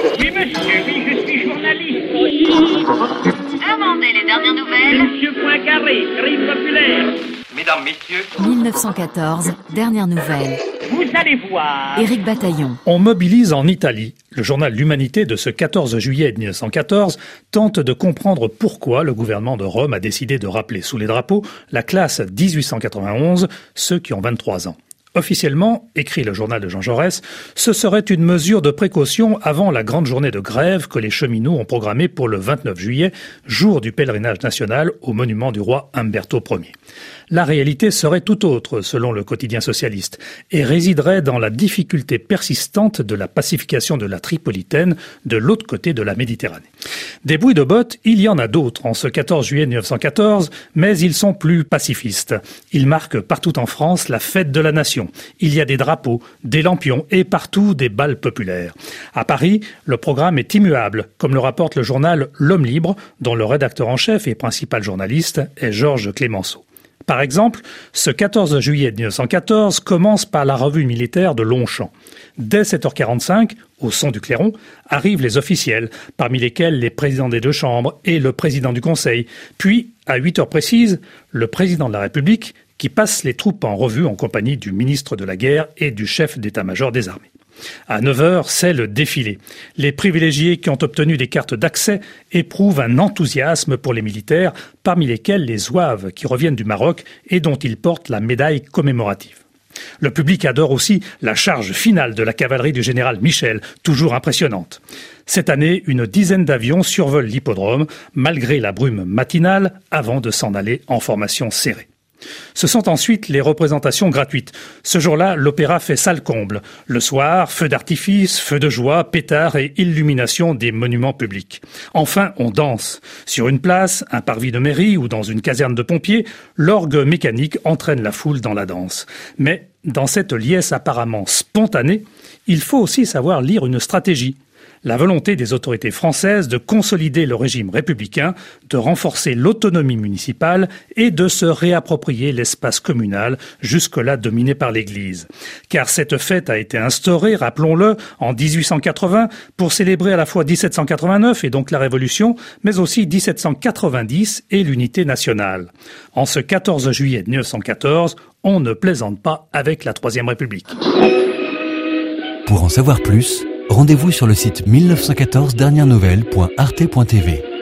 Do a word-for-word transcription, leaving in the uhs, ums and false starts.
Oui, monsieur, oui, je suis journaliste. Demandez les dernières nouvelles. Monsieur Poincaré, crime populaire. Mesdames, messieurs. mille neuf cent quatorze, dernière nouvelle. Vous allez voir. Éric Bataillon. On mobilise en Italie. Le journal L'Humanité de ce quatorze juillet mille neuf cent quatorze tente de comprendre pourquoi le gouvernement de Rome a décidé de rappeler sous les drapeaux la classe dix-huit cent quatre-vingt-onze, ceux qui ont vingt-trois ans. Officiellement, écrit le journal de Jean Jaurès, ce serait une mesure de précaution avant la grande journée de grève que les cheminots ont programmée pour le vingt-neuf juillet, jour du pèlerinage national au monument du roi Umberto Ier. La réalité serait tout autre, selon le quotidien socialiste, et résiderait dans la difficulté persistante de la pacification de la Tripolitaine de l'autre côté de la Méditerranée. Des bruits de bottes, il y en a d'autres en ce quatorze juillet mille neuf cent quatorze, mais ils sont plus pacifistes. Ils marquent partout en France la fête de la nation. Il y a des drapeaux, des lampions et partout des bals populaires. À Paris, le programme est immuable, comme le rapporte le journal L'Homme Libre, dont le rédacteur en chef et principal journaliste est Georges Clémenceau. Par exemple, ce quatorze juillet mille neuf cent quatorze commence par la revue militaire de Longchamp. Dès sept heures quarante-cinq, au son du clairon, arrivent les officiels, parmi lesquels les présidents des deux chambres et le président du Conseil. Puis, à huit heures précises, le président de la République qui passe les troupes en revue en compagnie du ministre de la Guerre et du chef d'état-major des armées. À neuf heures, c'est le défilé. Les privilégiés qui ont obtenu des cartes d'accès éprouvent un enthousiasme pour les militaires, parmi lesquels les zouaves qui reviennent du Maroc et dont ils portent la médaille commémorative. Le public adore aussi la charge finale de la cavalerie du général Michel, toujours impressionnante. Cette année, une dizaine d'avions survolent l'hippodrome, malgré la brume matinale, avant de s'en aller en formation serrée. Ce sont ensuite les représentations gratuites. Ce jour-là, l'opéra fait salle comble. Le soir, feux d'artifice, feux de joie, pétards et illumination des monuments publics. Enfin, on danse. Sur une place, un parvis de mairie ou dans une caserne de pompiers, l'orgue mécanique entraîne la foule dans la danse. Mais dans cette liesse apparemment spontanée, il faut aussi savoir lire une stratégie. La volonté des autorités françaises de consolider le régime républicain, de renforcer l'autonomie municipale et de se réapproprier l'espace communal, jusque-là dominé par l'Église. Car cette fête a été instaurée, rappelons-le, en dix-huit cent quatre-vingts pour célébrer à la fois dix-sept cent quatre-vingt-neuf et donc la Révolution, mais aussi dix-sept cent quatre-vingt-dix et l'unité nationale. En ce quatorze juillet mille neuf cent quatorze, on ne plaisante pas avec la Troisième République. Pour en savoir plus, rendez-vous sur le site mille neuf cent quatorze dernières nouvelles point arte point t v.